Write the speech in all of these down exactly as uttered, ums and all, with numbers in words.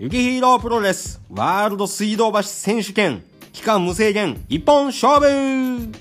雪ヒーロープロレスワールド水道橋選手権期間無制限一本勝負。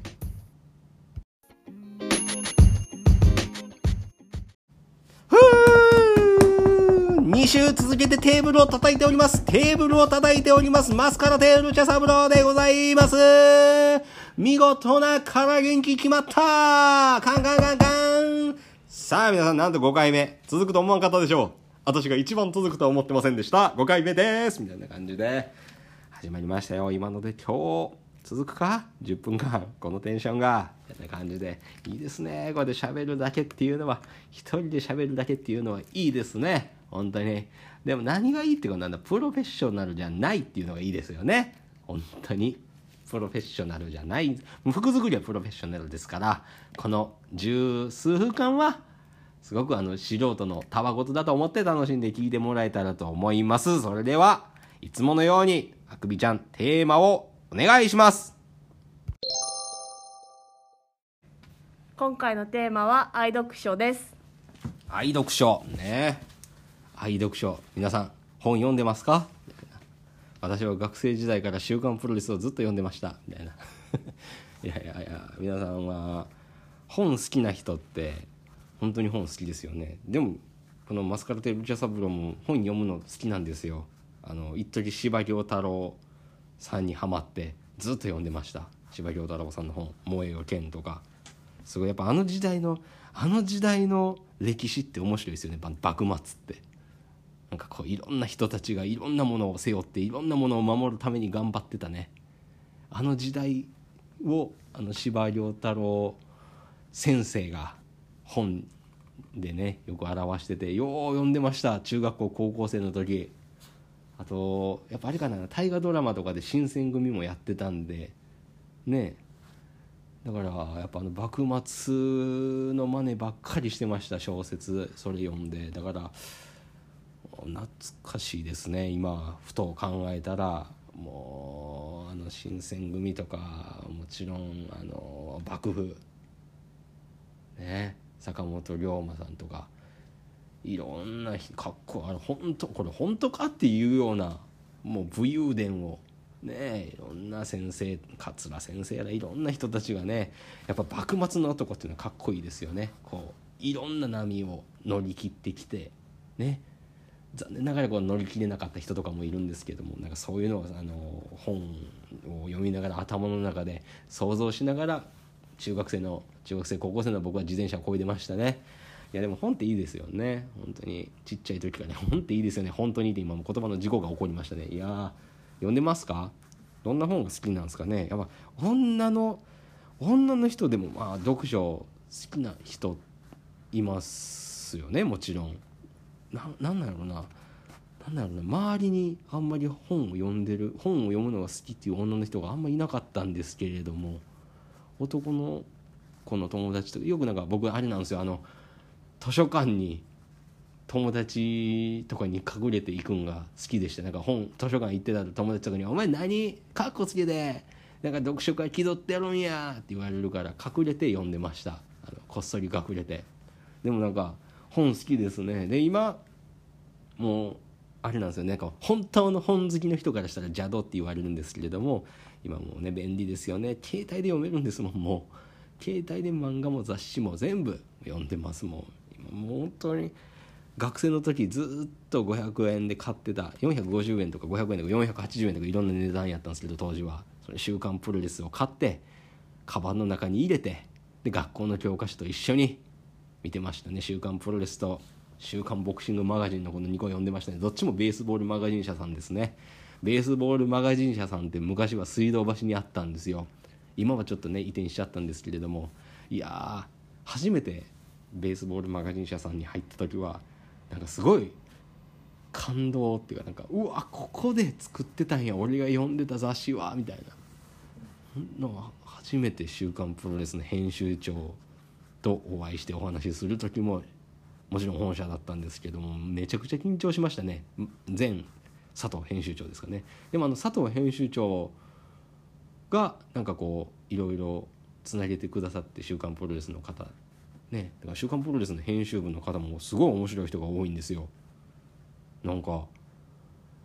に週続けてテーブルを叩いております。テーブルを叩いております。マスカラテール茶三郎でございます。見事な空元気決まったカンカンカンカン。さあ皆さん、なんとごかいめ。続くと思わんかったでしょう。私が一番続くとは思ってませんでした。ごかいめですみたいな感じで始まりましたよ。今ので今日続くかじゅっぷんかんこのテンションがみたいな感じでいいですね。これで喋るだけっていうのは、一人で喋るだけっていうのはいいですね、本当に。でも何がいいっていうか、なんだ、プロフェッショナルじゃないっていうのがいいですよね。本当にプロフェッショナルじゃない、服作りはプロフェッショナルですから、この十数分間はすごくあの素人のたわごとだと思って楽しんで聞いてもらえたらと思います。それではいつものようにあくびちゃんテーマをお願いします。 今回のテーマは愛読書です。 愛読書ね。愛読書、皆さん本読んでますか？私は学生時代から週刊プロレスをずっと読んでましたみたいな。いやいやいや、皆さんは本好きな人って本当に本好きですよね。でもこのマスカラテル茶三郎も本読むの好きなんですよ。あの一時司馬遼太郎さんにハマってずっと読んでました。司馬遼太郎さんの本、燃えよ剣とか。すごいやっぱあの時代のあの時代の歴史って面白いですよね。幕末ってなんかこういろんな人たちがいろんなものを背負っていろんなものを守るために頑張ってたね。あの時代をあの司馬遼太郎先生が本でねよく表してて、よう読んでました。中学校高校生の時。あとやっぱあれかな、大河ドラマとかで新選組もやってたんでね。だからやっぱあの幕末の真似ばっかりしてました。小説それ読んで。だから懐かしいですね。今ふと考えたら、もうあの新選組とかもちろんあの幕府ね、坂本龍馬さんとかいろんなかっこあれ本当これ本当かっていうようなもう武勇伝をね、いろんな先生、桂先生やらいろんな人たちがね、やっぱ幕末の男っていうのはかっこいいですよね。こういろんな波を乗り切ってきてね、残念ながらこう乗り切れなかった人とかもいるんですけども、なんかそういうのをあの本を読みながら頭の中で想像しながら中学生の中学生高校生の僕は自転車を漕いでましたね。いやでも本っていいですよね。本当にちっちゃい時からね、本っていいですよね。本当にって今も言葉の事故が起こりましたね。いやー、読んでますか？どんな本が好きなんですかね。やっぱ女の女の人でもまあ読書好きな人いますよね。もちろんな、なんだろうななんだろうな周りにあんまり本を読んでる本を読むのが好きっていう女の人があんまりいなかったんですけれども、男の子の友達とよくなんか僕あれなんですよ、あの図書館に友達とかに隠れていくんが好きでした。なんか本図書館行ってたら友達とかに「お前何カッコつけてなんか読書会気取ってるんや」って言われるから隠れて読んでました。あのこっそり隠れて。でもなんか本好きですね。で今もうあれなんですよね、なんか本当の本好きの人からしたら邪道って言われるんですけれども、今もうね便利ですよね。携帯で読めるんですもん。もう携帯で漫画も雑誌も全部読んでます。もう今もう本当に学生の時ずっとごひゃくえんで買ってたよんひゃくごじゅうえんとかごひゃくえんとかよんひゃくはちじゅうえんとかいろんな値段やったんですけど、当時はそれ週刊プロレスを買ってカバンの中に入れて、で学校の教科書と一緒に見てましたね。週刊プロレスと週刊ボクシングマガジンのこのにこ読んでましたね。どっちもベースボールマガジン社さんですね。ベースボールマガジン社さんって昔は水道橋にあったんですよ。今はちょっとね移転しちゃったんですけれども、いやー初めてベースボールマガジン社さんに入った時はなんかすごい感動っていうか、なんかうわここで作ってたんや俺が読んでた雑誌はみたいなの。初めて週刊プロレスの編集長とお会いしてお話しする時ももちろん本社だったんですけども、めちゃくちゃ緊張しましたね。前佐藤編集長ですかね。でもあの佐藤編集長がなんかこういろいろつなげてくださって、週刊プロレスの方ね、だから週刊プロレスの編集部の方もすごい面白い人が多いんですよ。なんか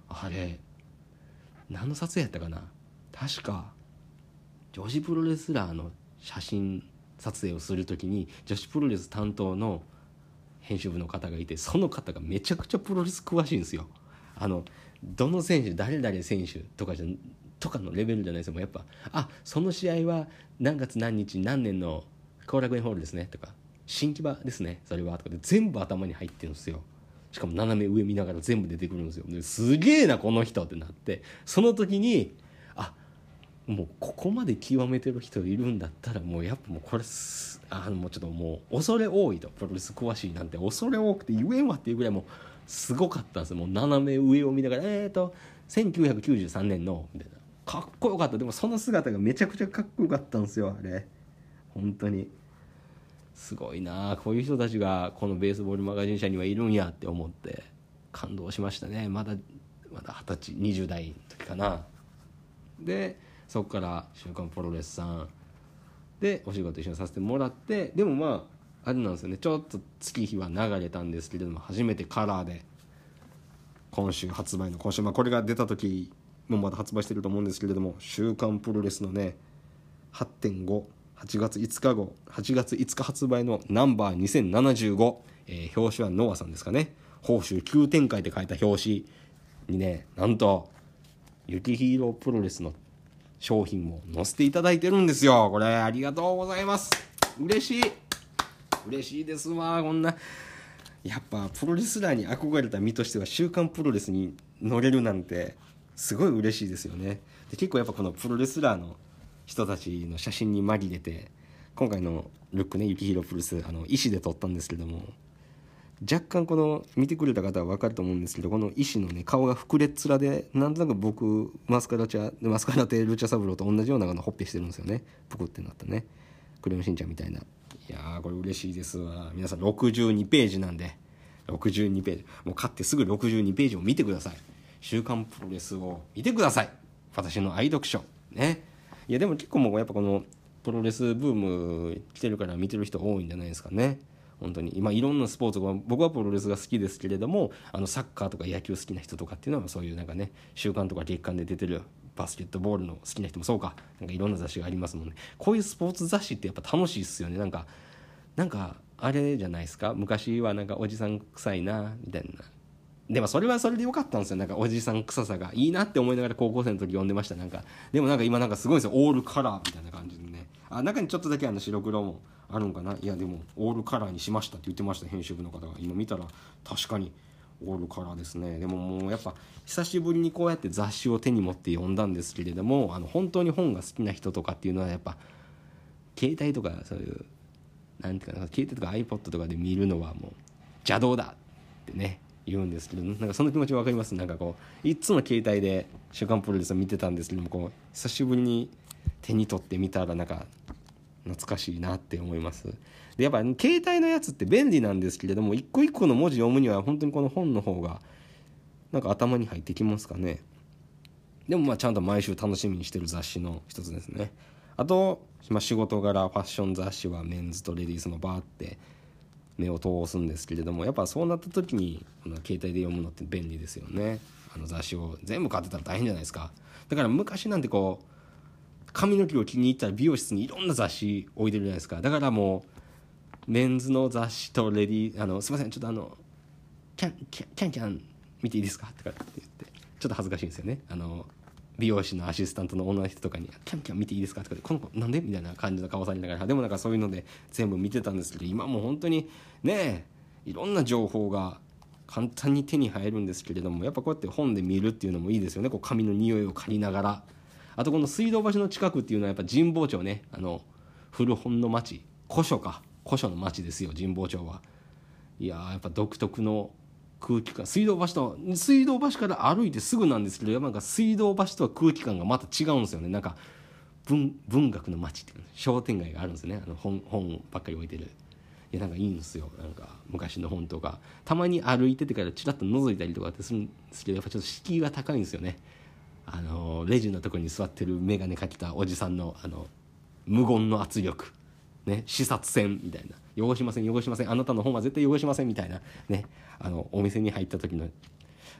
あれ何の撮影やったかな、確か女子プロレスラーの写真撮影をするときに女子プロレス担当の編集部の方がいて、その方がめちゃくちゃプロレス詳しいんですよ。あのどの選手誰々選手とかじゃとかのレベルじゃないですよ。もうやっぱあその試合は何月何日何年の後楽園ホールですねとか新木場ですねそれはとかで全部頭に入ってるんですよ。しかも斜め上見ながら全部出てくるんですよ。ですげえなこの人ってなって、その時にあもうここまで極めてる人いるんだったらもうやっぱもうこれあのもうちょっともう恐れ多いと、プロレス詳しいなんて恐れ多くて言えんわっていうぐらいもうすごかったんですよ。もう斜め上を見ながらえーとせんきゅうひゃくきゅうじゅうさんねんのみたいなかっこよかった。でもその姿がめちゃくちゃかっこよかったんですよ。あれ本当にすごいな、こういう人たちがこのベースボールマガジン社にはいるんやって思って感動しましたね。まだまだはたちにじゅう代の時かな。でそこから週刊プロレスさんでお仕事一緒にさせてもらって、でもまああれなんですよね、ちょっと月日は流れたんですけれども、初めてカラーで今週発売の今週、まあ、これが出た時もまだ発売してると思うんですけれども、週刊プロレスのね はちてんごはちがついつか号はちがついつか発売のナンバーにせんななじゅうご、えー、表紙はノアさんですかね、宝州急展開って書いた表紙にね、なんとユキヒーロープロレスの商品も載せていただいてるんですよ。これありがとうございます。嬉しい嬉しいですわ。こんなやっぱプロレスラーに憧れた身としては週刊プロレスに乗れるなんてすごい嬉しいですよね。で結構やっぱこのプロレスラーの人たちの写真に紛れて、今回のルックね、ユキヒロプロレスあの石で撮ったんですけども、若干この見てくれた方は分かると思うんですけど、この石のね顔が膨れっ面で、なんとなく僕マスカラチャマスカラテルチャサブローと同じようなのほっぺしてるんですよね。ぷくってなったね、クレヨンしんちゃんみたいな。いやーこれ嬉しいですわ。皆さんろくじゅうにページなんで、ろくじゅうにページもう買ってすぐろくじゅうにページを見てください。週刊プロレスを見てください。私の愛読書ね。いやでも結構もうやっぱこのプロレスブーム来てるから見てる人多いんじゃないですかね。本当に今いろんなスポーツが、僕はプロレスが好きですけれども、あのサッカーとか野球好きな人とかっていうのはそういうなんかね、週刊とか月刊で出てるバスケットボールの好きな人もそうか、なんかいろんな雑誌がありますもんね。こういうスポーツ雑誌ってやっぱ楽しいっすよね。なんかなんかあれじゃないですか、昔はなんかおじさん臭いなみたいな、でもそれはそれでよかったんですよ。なんかおじさん臭さがいいなって思いながら高校生の時読んでました。なんかでもなんか今なんかすごいですよ、オールカラーみたいな感じでね。あ中にちょっとだけあの白黒もあるんかな。いやでもオールカラーにしましたって言ってました、編集部の方が。今見たら確かにオールカラーですね。でももうやっぱ久しぶりにこうやって雑誌を手に持って読んだんですけれども、あの本当に本が好きな人とかっていうのはやっぱ携帯とかそういうなんていうかな、携帯とか iPod とかで見るのはもう邪道だってね言うんですけど、なんかその気持ち分かります。なんかこういつも携帯で週刊プロレスを見てたんですけども、こう久しぶりに手に取ってみたらなんか懐かしいなって思います。でやっぱ携帯のやつって便利なんですけれども、一個一個の文字読むには本当にこの本の方がなんか頭に入ってきますかね。でもまあちゃんと毎週楽しみにしてる雑誌の一つですね。あと、まあ、仕事柄ファッション雑誌はメンズとレディースのバーって目を通すんですけれども、やっぱそうなった時に携帯で読むのって便利ですよね。あの雑誌を全部買ってたら大変じゃないですか。だから昔なんてこう髪の毛を気に入ったら美容室にいろんな雑誌置いてるじゃないですか。だからもうメンズの雑誌とレディーあのすいませんちょっとあのキャンキャンキャンキャン見ていいですかとかって言ってちょっと恥ずかしいんですよね。あの美容師のアシスタントの女の人とかにキャンキャン見ていいですかとかでこの子なんでみたいな感じの顔されながら、でもなんかそういうので全部見てたんですけど、今もう本当にねいろんな情報が簡単に手に入るんですけれども、やっぱこうやって本で見るっていうのもいいですよね。こう髪の匂いを嗅ぎながら。あとこの水道橋の近くっていうのはやっぱ神保町ね、あの古本の町、古書か古書の町ですよ神保町は。いやーやっぱ独特の空気感、水道橋と水道橋から歩いてすぐなんですけど、やっぱなんか水道橋とは空気感がまた違うんですよね。なんか 文, 文学の街っていう商店街があるんですよね。あの 本, 本ばっかり置いてる。いやなんかいいんですよ。なんか昔の本とかたまに歩いててからちらっと覗いたりとかってするんですけど、やっぱちょっと敷居が高いんですよね。あのレジのところに座ってる眼鏡かけたおじさんのあの無言の圧力ね、視察線みたいな、汚しません汚しませんあなたの本は絶対汚しませんみたいなね、あのお店に入った時の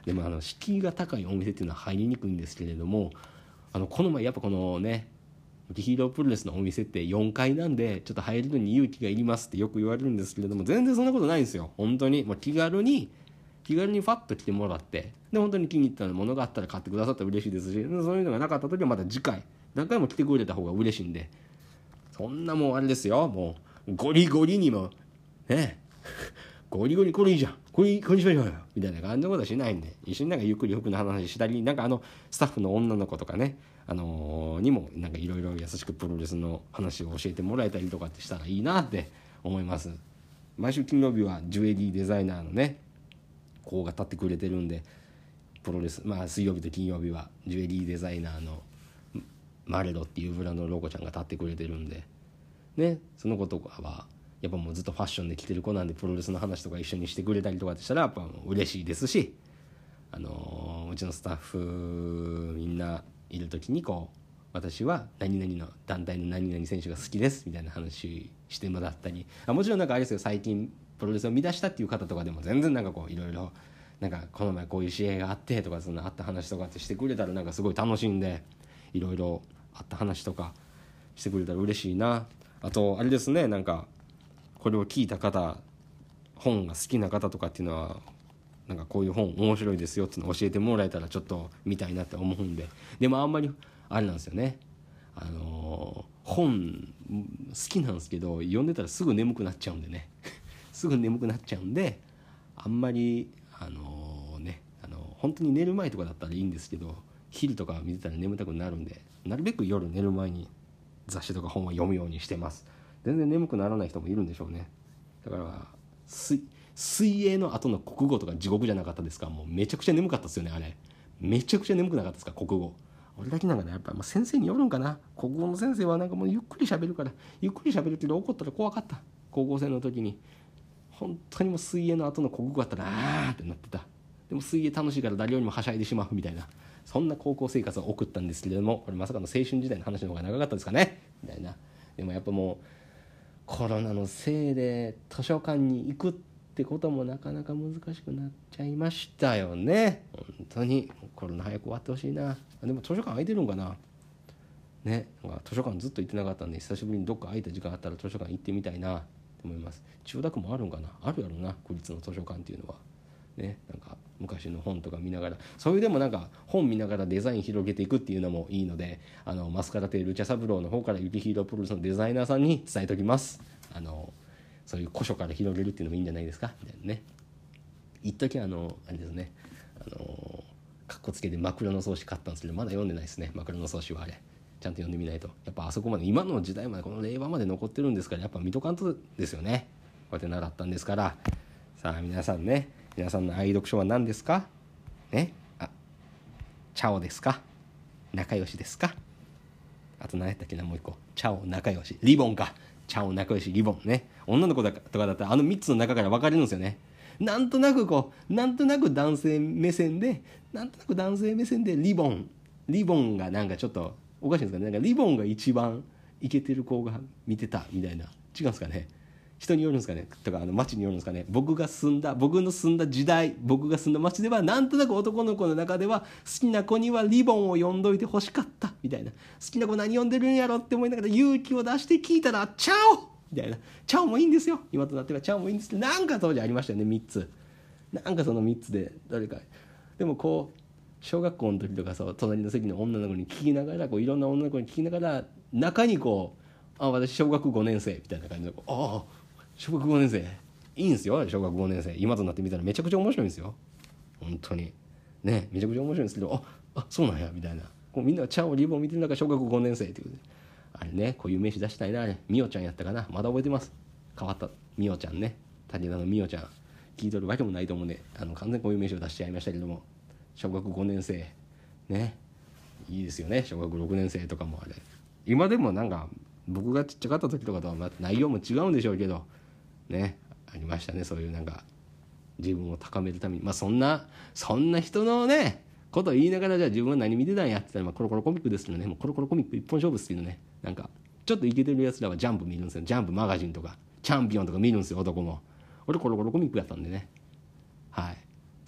でもあの敷居が高いお店っていうのは入りにくいんですけれども、あのこの前やっぱこのねヒーロープロレスのお店ってよんかいなんでちょっと入るのに勇気がいりますってよく言われるんですけれども、全然そんなことないんですよ。本当にもう気軽に気軽にファッと来てもらって、で本当に気に入ったものがあったら買ってくださったら嬉しいですし、そういうのがなかった時はまた次回何回も来てくれた方が嬉しいんで、そんなもうあれですよ、もうゴリゴリにもねゴリゴリこれいいじゃん、これこれにしましょうよみたいな感じのことはしないんで、一緒になんかゆっくり服の話したり、なんかあのスタッフの女の子とかね、あのー、にもなんかいろいろ優しくプロレスの話を教えてもらえたりとかってしたらいいなって思います。毎週金曜日はジュエリーデザイナーのね子が立ってくれてるんで、プロレスまあ水曜日と金曜日はジュエリーデザイナーのマレロっていうブランドのロゴちゃんが立ってくれてるんでね、その子とかはやっぱもうずっとファッションで着てる子なんで、プロレスの話とか一緒にしてくれたりとかってしたらやっぱ嬉しいですし、あのー、うちのスタッフみんないる時にこう私は何々の団体の何々選手が好きですみたいな話してもらったり、あもちろんなんかあれですよ、最近プロレスを見出したっていう方とかでも全然なんかこういろいろなんかこの前こういう試合があってとかそのあった話とかってしてくれたらなんかすごい楽しいんで、いろいろあった話とかしてくれたら嬉しいな。あとあれですね、なんかこれを聞いた方、本が好きな方とかっていうのはなんかこういう本面白いですよっていうのを教えてもらえたらちょっと見たいなって思うんで、でもあんまりあれなんですよね、あのー、本好きなんですけど読んでたらすぐ眠くなっちゃうんでねすぐ眠くなっちゃうんで、あんまりあのー、ねあのー、本当に寝る前とかだったらいいんですけど、昼とか見てたら眠たくなるんで、なるべく夜寝る前に雑誌とか本は読むようにしてます。全然眠くならない人もいるんでしょうね。だから水水泳の後の国語とか地獄じゃなかったですか。もうめちゃくちゃ眠かったですよね。あれめちゃくちゃ眠くなかったですか、国語。俺だけなんかね、やっぱまあ先生によるんかな。国語の先生はなんかもうゆっくり喋るから、ゆっくり喋るけど怒ったら怖かった。高校生の時に本当にもう水泳の後の国語だったらあーってなってた。でも水泳楽しいから誰よりもはしゃいでしまうみたいな、そんな高校生活を送ったんですけれども、これまさかの青春時代の話の方が長かったですかねみたいな。でもやっぱもうコロナのせいで図書館に行くってこともなかなか難しくなっちゃいましたよね。本当にコロナ早く終わってほしいな。でも図書館空いてるんかなね。なんか図書館ずっと行ってなかったんで、久しぶりにどっか空いた時間あったら図書館行ってみたいなと思います。千代田区もあるんかな、あるやろな、区立の図書館っていうのはね。なんか昔の本とか見ながら、そういうでもなんか本見ながらデザイン広げていくっていうのもいいので、あのマスカラ亭ルチャ三郎の方からユキヒーロープロレスのデザイナーさんに伝えておきます。あのそういう古書から広げるっていうのもいいんじゃないですかみたいなね。一時あのあれですね、あのかっこつけて枕草子買ったんですけど、まだ読んでないですね。枕草子はあれちゃんと読んでみないと、やっぱあそこまで今の時代までこの令和まで残ってるんですから、やっぱ見とかんとですよね。こうやって習ったんですから。さあ皆さんね、皆さんの愛読書は何ですかね。あ、チャオですか、仲良しですか、あと何やったっけな、もう一個、チャオ仲良しリボンか、チャオ仲良しリボンね。女の子だとかだったらあのみっつの中から分かれるんですよね。なんとなくこうなんとなく男性目線でなんとなく男性目線でリボンリボンがなんかちょっとおかしいんですかね。なんかリボンが一番イケてる子が見てたみたいな、違うんですかね。人によるんですかね、とかあの街によるんですかね。僕が住んだ僕の住んだ時代、僕が住んだ街ではなんとなく男の子の中では好きな子にはリボンを読んどいて欲しかったみたいな、好きな子何読んでるんやろって思いながら勇気を出して聞いたらチャオみたいな、チャオもいいんですよ、今となってはチャオもいいんですけど、なんか当時ありましたよね、みっつ。なんかそのみっつで誰かでもこう小学校の時とかさ、隣の席の女の子に聞きながら、こういろんな女の子に聞きながら中にこう、あ私小学ごねん生みたいな感じで、ああ小学ごねん生いいんですよ、小学ごねん生今となってみたらめちゃくちゃ面白いんですよ本当にね。めちゃくちゃ面白いんですけど、ああそうなんやみたいな、こうみんなチャオリボン見てる中小学ごねん生っていう、あれね、こういう名詞出したいな。あれみおちゃんやったかな、まだ覚えてます。変わったみおちゃんね、武田のみおちゃん聞いとるわけもないと思うんで、あの完全にこういう名詞を出しちゃいましたけども、小学ごねん生ね、いいですよね。小学ろくねん生とかもあれ今でもなんか僕がちっちゃかった時とかとはまた内容も違うんでしょうけどね、ありましたね、そういうなんか自分を高めるために、まあそんなそんな人のねことを言いながら、じゃあ自分は何見てたんやって言ったら、まあコロコロコミックですけどね、もうコロコロコミック一本勝負ですけどね、なんかちょっとイケてるやつらはジャンプ見るんですよ。ジャンプマガジンとかチャンピオンとか見るんですよ、男も。俺コロコロコミックやったんでね、はい、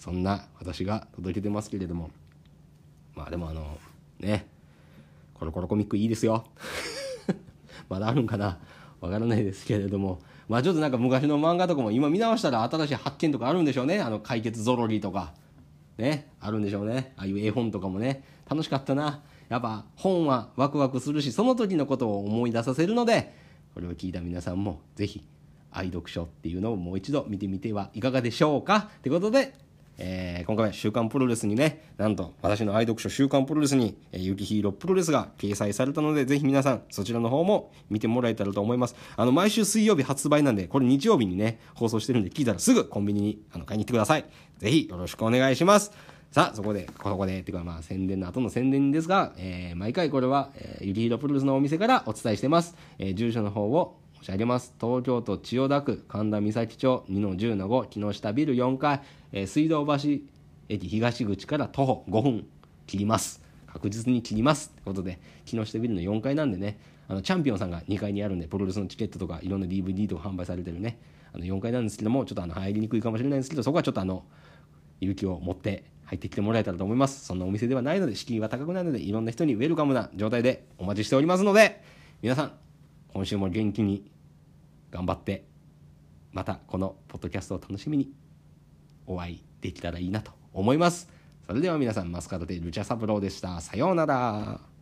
そんな私が届けてますけれども、まあでもあのねコロコロコミックいいですよまだあるんかなわからないですけれども、まあちょっとなんか昔の漫画とかも今見直したら新しい発見とかあるんでしょうね。あの解決ゾロリとかねあるんでしょうね。ああいう絵本とかもね楽しかったな。やっぱ本はワクワクするし、その時のことを思い出させるので、これを聞いた皆さんもぜひ愛読書っていうのをもう一度見てみてはいかがでしょうかということで、えー、今回は週刊プロレスにね、なんと私の愛読書週刊プロレスに、えー、ゆきヒーロープロレスが掲載されたので、ぜひ皆さんそちらの方も見てもらえたらと思います。あの毎週水曜日発売なんで、これ日曜日にね放送してるんで、聞いたらすぐコンビニにあの買いに行ってください。ぜひよろしくお願いします。さあそこでここでっていうかまあ宣伝の後の宣伝ですが、えー、毎回これは、えー、ゆきひろプロレスのお店からお伝えしてます。えー、住所の方を申し上げます。東京都千代田区神田三崎町 にのじゅうのご 木下ビルよんかい、えー、水道橋駅東口から徒歩ごふん切ります。確実に切りますってことで、木下ビルのよんかいなんでね、あのチャンピオンさんがにかいにあるんで、プロレスのチケットとかいろんな ディーブイディー とか販売されてるね、あのよんかいなんですけども、ちょっとあの入りにくいかもしれないんですけど、そこはちょっとあの勇気を持って入ってきてもらえたらと思います。そんなお店ではないので、敷居は高くないので、いろんな人にウェルカムな状態でお待ちしておりますので、皆さん今週も元気に頑張って、またこのポッドキャストを楽しみにお会いできたらいいなと思います。それでは皆さん、マスカットでルチャサブローでした。さようなら。